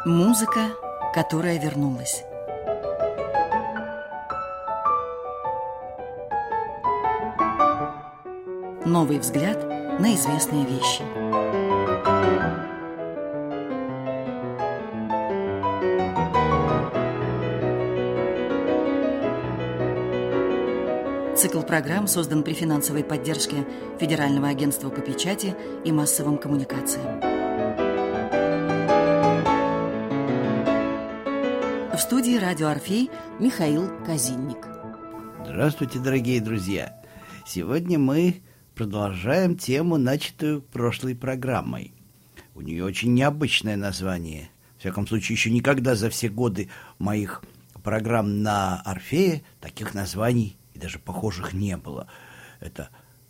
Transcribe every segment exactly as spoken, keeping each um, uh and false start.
Музыка, которая вернулась. Новый взгляд на известные вещи. Цикл программ создан при финансовой поддержке Федерального агентства по печати и массовым коммуникациям. В студии «Радио Орфей» Михаил Казинник. Здравствуйте, дорогие друзья! Сегодня мы продолжаем тему, начатую прошлой программой. У нее очень необычное название. В всяком случае, еще никогда за все годы моих программ на Орфее таких названий и даже похожих не было. Это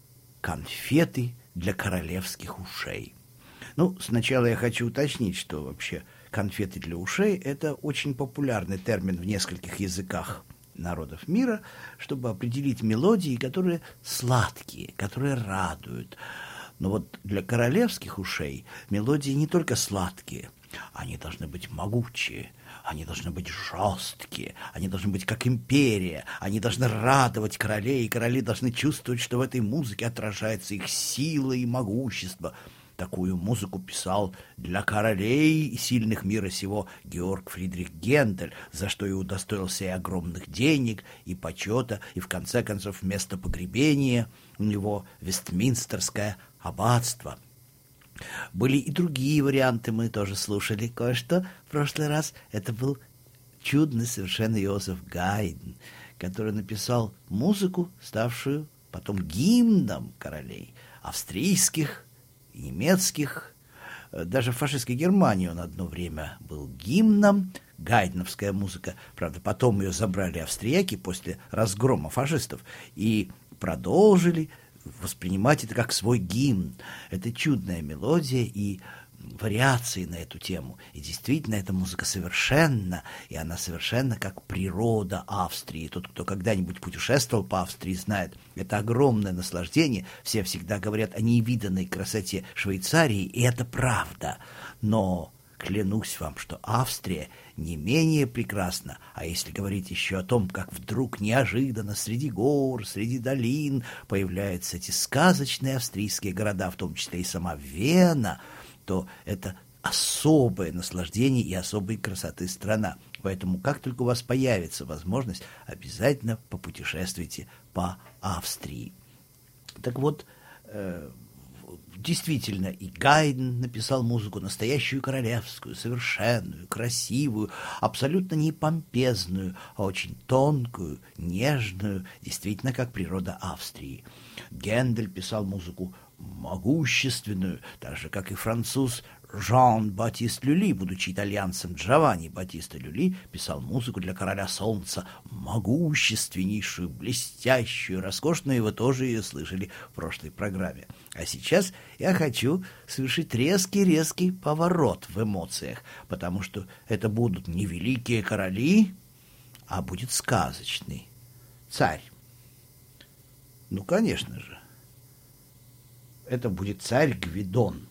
«Конфеты для королевских ушей». Ну, сначала я хочу уточнить, что вообще конфеты для ушей – это очень популярный термин в нескольких языках народов мира, чтобы определить мелодии, которые сладкие, которые радуют. Но вот для королевских ушей мелодии не только сладкие, они должны быть могучие, они должны быть жесткие, они должны быть как империя, они должны радовать королей, и короли должны чувствовать, что в этой музыке отражается их сила и могущество. Такую музыку писал для королей и сильных мира сего Георг Фридрих Гендель, за что и удостоился и огромных денег, и почета, и в конце концов вместо погребения у него Вестминстерское аббатство. Были и другие варианты, мы тоже слушали кое-что в прошлый раз. Это был чудный совершенно Йозеф Гайдн, который написал музыку, ставшую потом гимном королей австрийских и немецких. Даже в фашистской Германии он одно время был гимном. Гайдновская музыка, правда, потом ее забрали австрияки после разгрома фашистов и продолжили воспринимать это как свой гимн. Это чудная мелодия и вариации на эту тему. И действительно, эта музыка совершенна, и она совершенно как природа Австрии. Тот, кто когда-нибудь путешествовал по Австрии, знает, это огромное наслаждение. Все всегда говорят о невиданной красоте Швейцарии, и это правда. Но клянусь вам, что Австрия не менее прекрасна. А если говорить еще о том, как вдруг неожиданно среди гор, среди долин появляются эти сказочные австрийские города, в том числе и сама Вена, то это особое наслаждение и особой красоты страна. Поэтому, как только у вас появится возможность, обязательно попутешествуйте по Австрии. Так вот, э, действительно, и Гайдн написал музыку настоящую королевскую, совершенную, красивую, абсолютно не помпезную, а очень тонкую, нежную, действительно как природа Австрии. Гендель писал музыку могущественную, так же, как и француз Жан-Батист Люли, будучи итальянцем Джованни Батиста Люли, писал музыку для короля солнца, могущественнейшую, блестящую, роскошную, и вы тоже ее слышали в прошлой программе. А сейчас я хочу совершить резкий-резкий поворот в эмоциях, потому что это будут не великие короли, а будет сказочный царь. Ну, конечно же. Это будет царь Гвидон.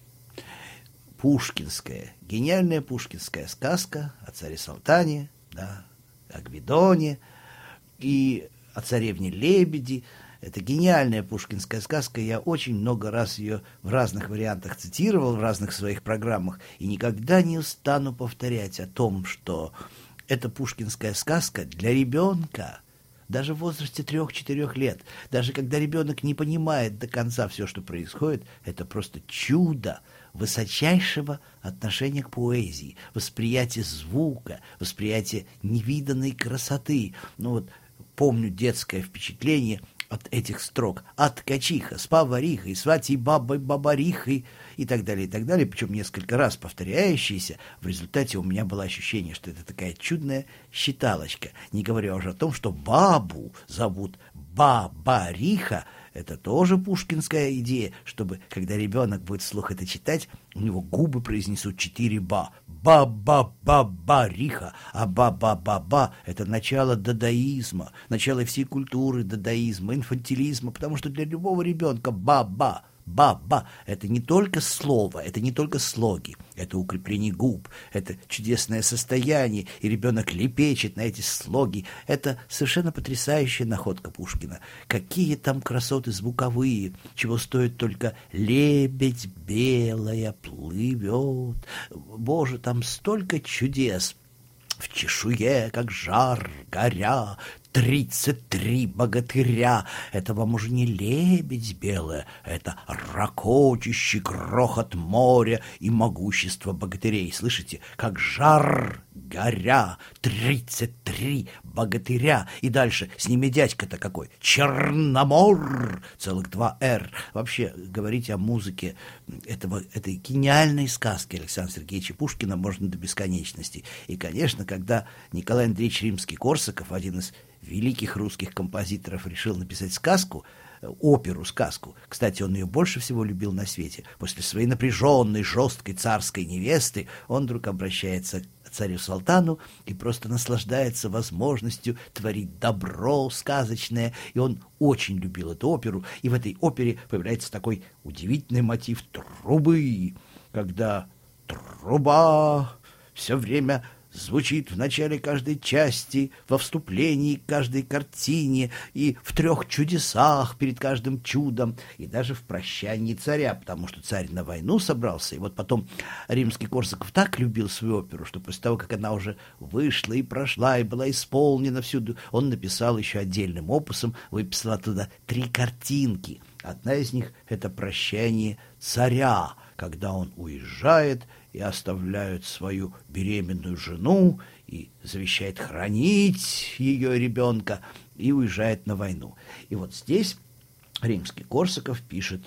Пушкинская, гениальная пушкинская сказка о царе Салтане, да, о Гвидоне и о царевне Лебеди. Это гениальная пушкинская сказка. Я очень много раз ее в разных вариантах цитировал, в разных своих программах, и никогда не устану повторять о том, что эта пушкинская сказка для ребенка, даже в возрасте трех-четырех лет, даже когда ребенок не понимает до конца все, что происходит, это просто чудо высочайшего отношения к поэзии, восприятие звука, восприятие невиданной красоты. Ну вот, помню детское впечатление от этих строк: «От ткачиха с поварихой, сватей бабой бабарихой» и так далее, и так далее, причем несколько раз повторяющиеся. В результате у меня было ощущение, что это такая чудная считалочка, не говоря уже о том, что бабу зовут Бабариха. Это тоже пушкинская идея, чтобы, когда ребенок будет вслух это читать, у него губы произнесут четыре «ба». Ба-ба-ба-бариха. А ба-ба-ба-ба – это начало дадаизма, начало всей культуры дадаизма, инфантилизма, потому что для любого ребенка ба-ба Ба-ба — это не только слово, это не только слоги, это укрепление губ, это чудесное состояние, и ребенок лепечет на эти слоги. Это совершенно потрясающая находка Пушкина. Какие там красоты звуковые, чего стоит только «Лебедь белая плывет». Боже, там столько чудес. В чешуе, как жар, горя, тридцать три богатыря. Это вам уже не лебедь белая, это ракочущий грохот моря и могущество богатырей. Слышите, как жар, горя, тридцать три богатыря. И дальше, с ними дядька-то какой, Черномор, целых два «р». Вообще, говорить о музыке этого, этой гениальной сказки Александра Сергеевича Пушкина можно до бесконечности. И, конечно, когда Николай Андреевич Римский-Корсаков, один из великих русских композиторов, решил написать сказку, оперу-сказку. Кстати, он ее больше всего любил на свете. После своей напряженной, жесткой царской невесты он вдруг обращается к царю-султану и просто наслаждается возможностью творить добро сказочное. И он очень любил эту оперу. И в этой опере появляется такой удивительный мотив трубы, когда труба все время звучит в начале каждой части, во вступлении к каждой картине и в трех чудесах перед каждым чудом, и даже в прощании царя, потому что царь на войну собрался. И вот потом Римский-Корсаков так любил свою оперу, что после того, как она уже вышла и прошла, и была исполнена всюду, он написал еще отдельным опусом, выписал оттуда три картинки. Одна из них — это «Прощание царя», когда он уезжает и оставляет свою беременную жену и завещает хранить ее ребенка и уезжает на войну. И вот здесь Римский-Корсаков пишет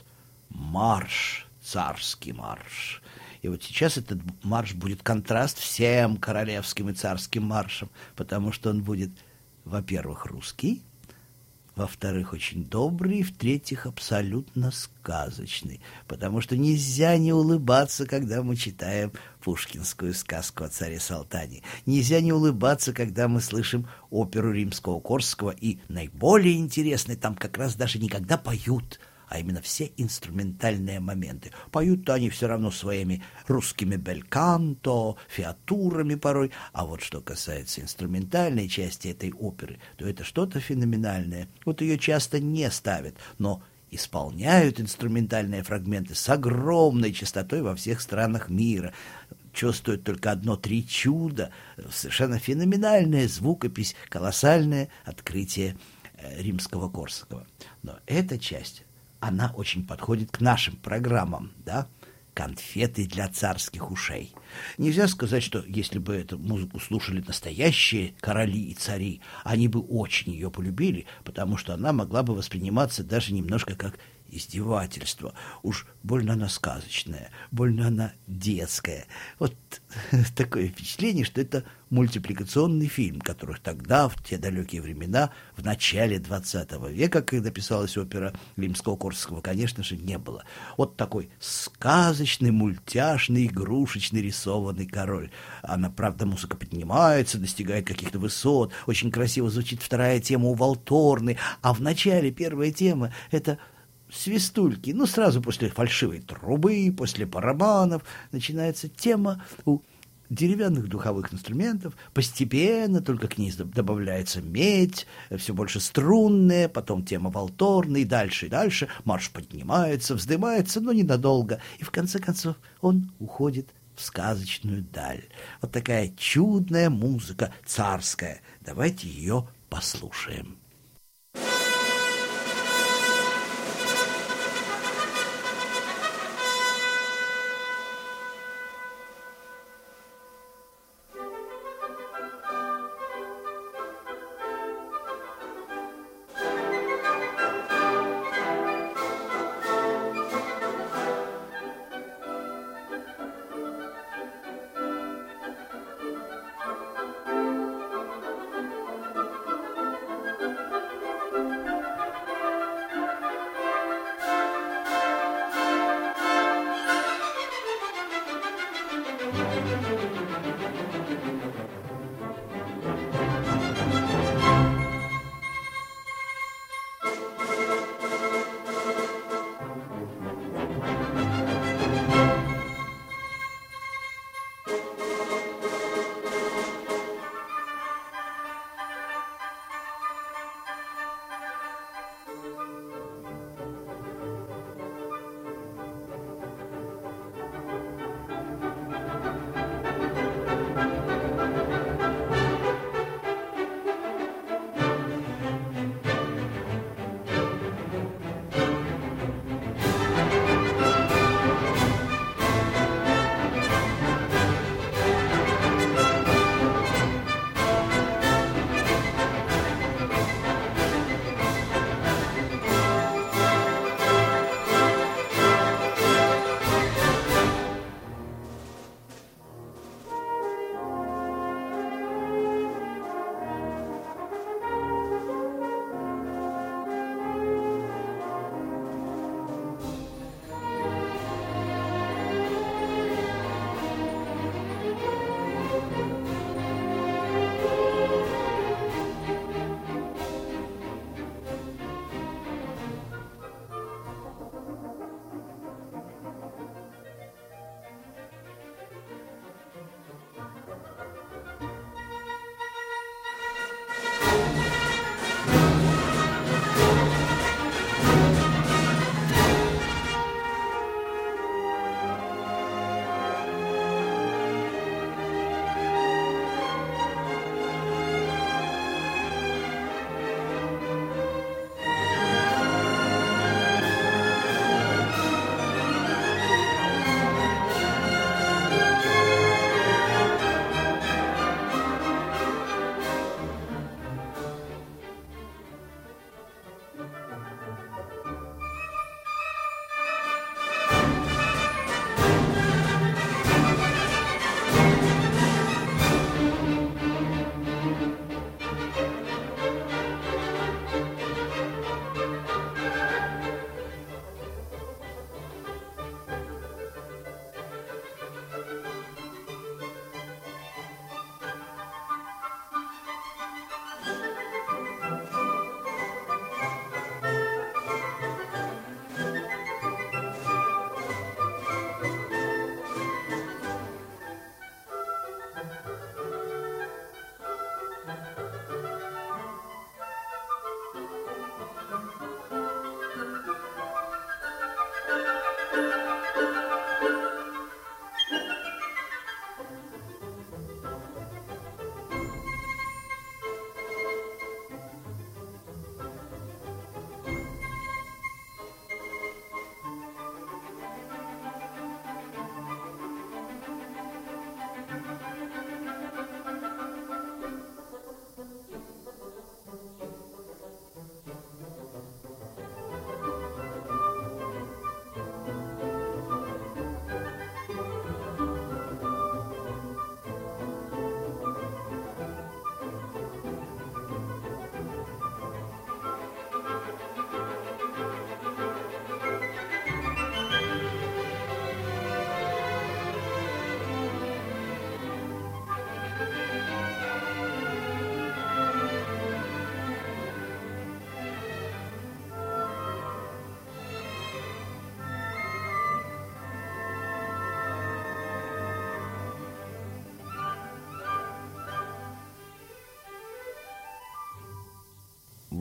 марш, царский марш. И вот сейчас этот марш будет контраст всем королевским и царским маршам, потому что он будет, во-первых, русский, во-вторых, очень добрый, в-третьих, абсолютно сказочный, потому что нельзя не улыбаться, когда мы читаем пушкинскую сказку о царе-салтане. Нельзя не улыбаться, когда мы слышим оперу Римского-Корсакова, и наиболее интересные там как раз даже не когда поют, а именно все инструментальные моменты. Поют-то они все равно своими русскими бельканто, фиатурами порой, а вот что касается инструментальной части этой оперы, то это что-то феноменальное. Вот ее часто не ставят, но исполняют инструментальные фрагменты с огромной частотой во всех странах мира. Чего стоит только одно-три чуда, совершенно феноменальная звукопись, колоссальное открытие Римского-Корсакова. Но эта часть, она очень подходит к нашим программам, да? Конфеты для царских ушей. Нельзя сказать, что если бы эту музыку слушали настоящие короли и цари, они бы очень ее полюбили, потому что она могла бы восприниматься даже немножко как издевательство. Уж больно она сказочная, больно она детская. Вот такое впечатление, что это мультипликационный фильм, которых тогда, в те далекие времена, в начале двадцатого века, когда писалась опера Римского-Корсакова, конечно же, не было. Вот такой сказочный, мультяшный, игрушечный, рисованный король. Она, правда, музыка поднимается, достигает каких-то высот, очень красиво звучит вторая тема у валторны, а в начале первая тема — это свистульки. Ну, сразу после фальшивой трубы, после барабанов начинается тема у деревянных духовых инструментов. Постепенно только к ней добавляется медь, все больше струнная, потом тема валторны, и дальше, и дальше марш поднимается, вздымается, но ненадолго. И в конце концов он уходит в сказочную даль. Вот такая чудная музыка царская. Давайте ее послушаем.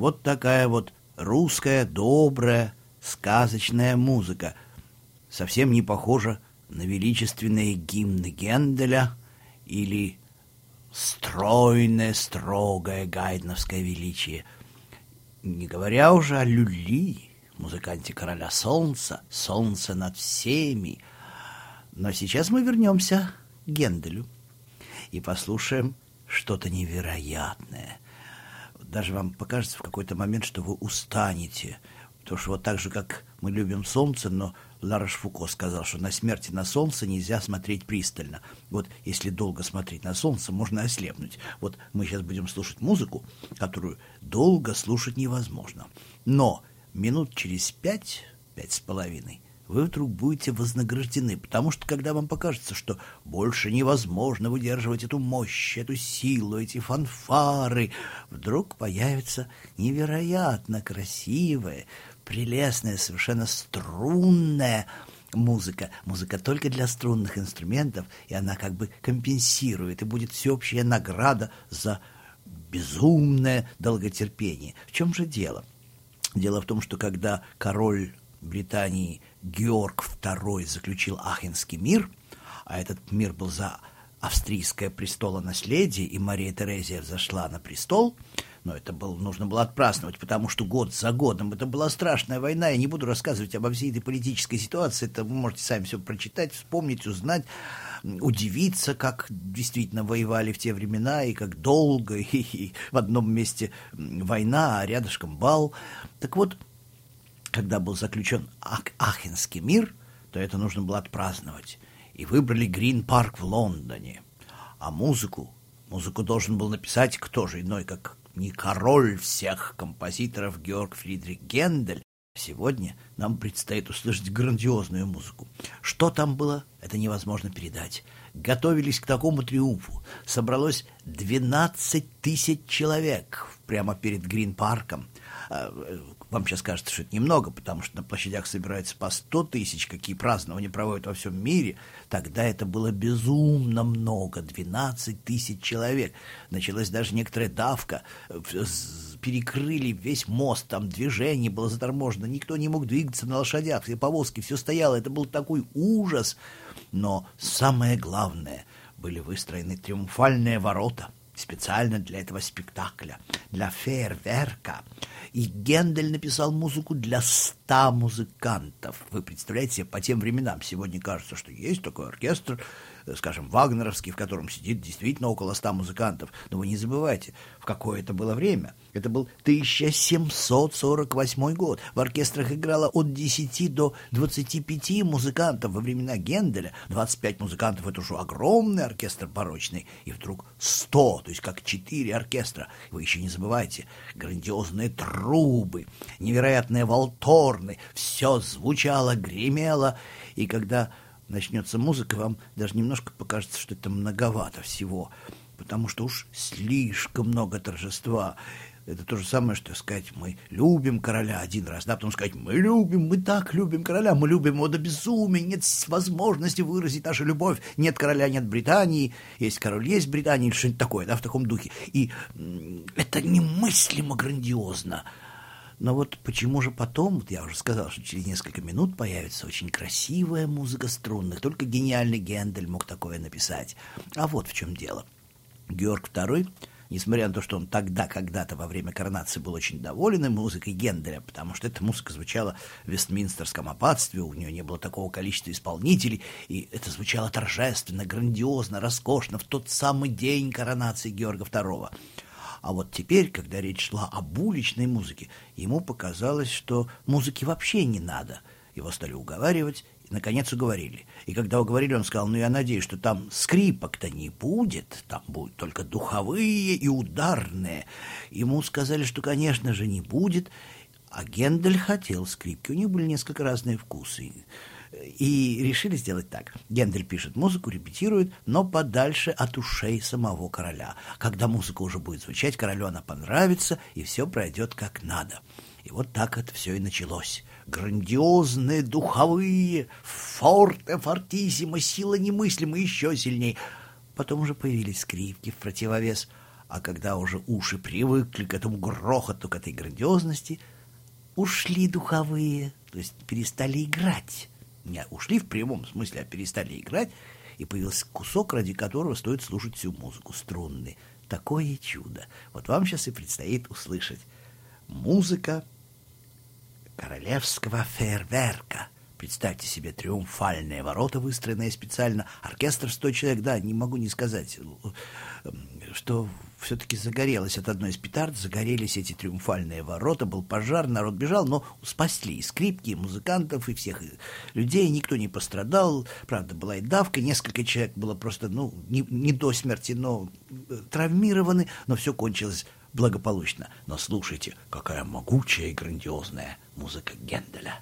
вот такая вот русская, добрая, сказочная музыка. Совсем не похожа на величественные гимны Генделя или стройное, строгое гайдновское величие. Не говоря уже о Люли, музыканте короля солнца, солнце над всеми. Но сейчас мы вернемся к Генделю и послушаем что-то невероятное. Даже вам покажется в какой-то момент, что вы устанете. Потому что вот так же, как мы любим солнце, но Ла Рошфуко сказал, что на смерти на солнце нельзя смотреть пристально. Вот если долго смотреть на солнце, можно ослепнуть. Вот мы сейчас будем слушать музыку, которую долго слушать невозможно. Но минут через пять, пять с половиной, вы вдруг будете вознаграждены, потому что когда вам покажется, что больше невозможно выдерживать эту мощь, эту силу, эти фанфары, вдруг появится невероятно красивая, прелестная, совершенно струнная музыка. Музыка только для струнных инструментов, и она как бы компенсирует, и будет всеобщая награда за безумное долготерпение. В чем же дело? Дело в том, что когда король Британии Георг второй заключил Ахенский мир, а этот мир был за австрийское престолонаследие, и Мария Терезия взошла на престол, но это было, нужно было отпраздновать, потому что год за годом это была страшная война. Я не буду рассказывать обо всей этой политической ситуации, это вы можете сами все прочитать, вспомнить, узнать, удивиться, как действительно воевали в те времена, и как долго, и, и в одном месте война, а рядышком бал. Так вот, когда был заключен Ах- Ахенский мир, то это нужно было отпраздновать. И выбрали Грин-парк в Лондоне. А музыку, музыку должен был написать кто же иной, как не король всех композиторов Георг Фридрих Гендель. Сегодня нам предстоит услышать грандиозную музыку. Что там было, это невозможно передать. Готовились к такому триумфу. Собралось двенадцать тысяч человек прямо перед Грин-парком. Вам сейчас кажется, что это немного, потому что на площадях собирается по сто тысяч, какие празднования проводят во всем мире. Тогда это было безумно много, двенадцать тысяч человек. Началась даже некоторая давка, перекрыли весь мост, там движение было заторможено, никто не мог двигаться на лошадях, все повозки, все стояло, это был такой ужас. Но самое главное, были выстроены триумфальные ворота, специально для этого спектакля, для фейерверка. И Гендель написал музыку для ста музыкантов. Вы представляете себе, по тем временам, сегодня кажется, что есть такой оркестр, скажем, вагнеровский, в котором сидит действительно около ста музыкантов. Но вы не забывайте, в какое это было время. Это был тысяча семьсот сорок восьмой год. В оркестрах играло от десяти до двадцати пяти музыкантов. Во времена Генделя двадцать пять музыкантов — это уже огромный оркестр барочный. И вдруг сто, то есть как четыре оркестра. Вы еще не забывайте, грандиозные трубы, невероятные валторны. Все звучало, гремело. И когда начнется музыка, вам даже немножко покажется, что это многовато всего, потому что уж слишком много торжества. Это то же самое, что сказать: мы любим короля один раз, да, потом сказать: мы любим, мы так любим короля, мы любим его до безумия, нет возможности выразить нашу любовь, нет короля, нет Британии, есть король, есть Британия, или что-нибудь такое, да, в таком духе. И это немыслимо грандиозно. Но вот почему же потом, вот я уже сказал, что через несколько минут появится очень красивая музыка струнных. Только гениальный Гендель мог такое написать. А вот в чем дело. Георг второй, несмотря на то, что он тогда, когда-то во время коронации был очень доволен музыкой Генделя, потому что эта музыка звучала в Вестминстерском аббатстве, у нее не было такого количества исполнителей, и это звучало торжественно, грандиозно, роскошно в тот самый день коронации Георга второго. А вот теперь, когда речь шла об уличной музыке, ему показалось, что музыки вообще не надо. Его стали уговаривать, и, наконец, уговорили. И когда уговорили, он сказал: ну, я надеюсь, что там скрипок-то не будет, там будут только духовые и ударные. Ему сказали, что, конечно же, не будет, а Гендель хотел скрипки. У них были несколько разные вкусы. И решили сделать так. Гендель пишет музыку, репетирует, но подальше от ушей самого короля. Когда музыка уже будет звучать, королю она понравится, и все пройдет как надо. И вот так это все и началось. Грандиозные, духовые, форте, фортиссимо, сила немыслимая, еще сильнее. Потом уже появились скрипки в противовес. А когда уже уши привыкли к этому грохоту, к этой грандиозности, ушли духовые, то есть перестали играть. Не ушли в прямом смысле, а перестали играть, и появился кусок, ради которого стоит слушать всю музыку, струнный. Такое чудо. Вот вам сейчас и предстоит услышать. Музыка королевского фейерверка. Представьте себе триумфальные ворота, выстроенные специально. Оркестр сто человек, да, не могу не сказать, что все-таки загорелось от одной из петард, загорелись эти триумфальные ворота, был пожар, народ бежал, но спасли и скрипки, и музыкантов, и всех людей, никто не пострадал. Правда, была и давка, несколько человек было просто, ну, не, не до смерти, но травмированы, но все кончилось благополучно. Но слушайте, какая могучая и грандиозная музыка Генделя.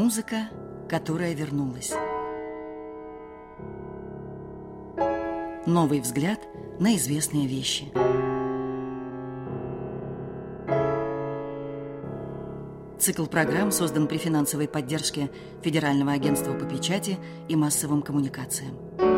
Музыка, которая вернулась. Новый взгляд на известные вещи. Цикл программ создан при финансовой поддержке Федерального агентства по печати и массовым коммуникациям.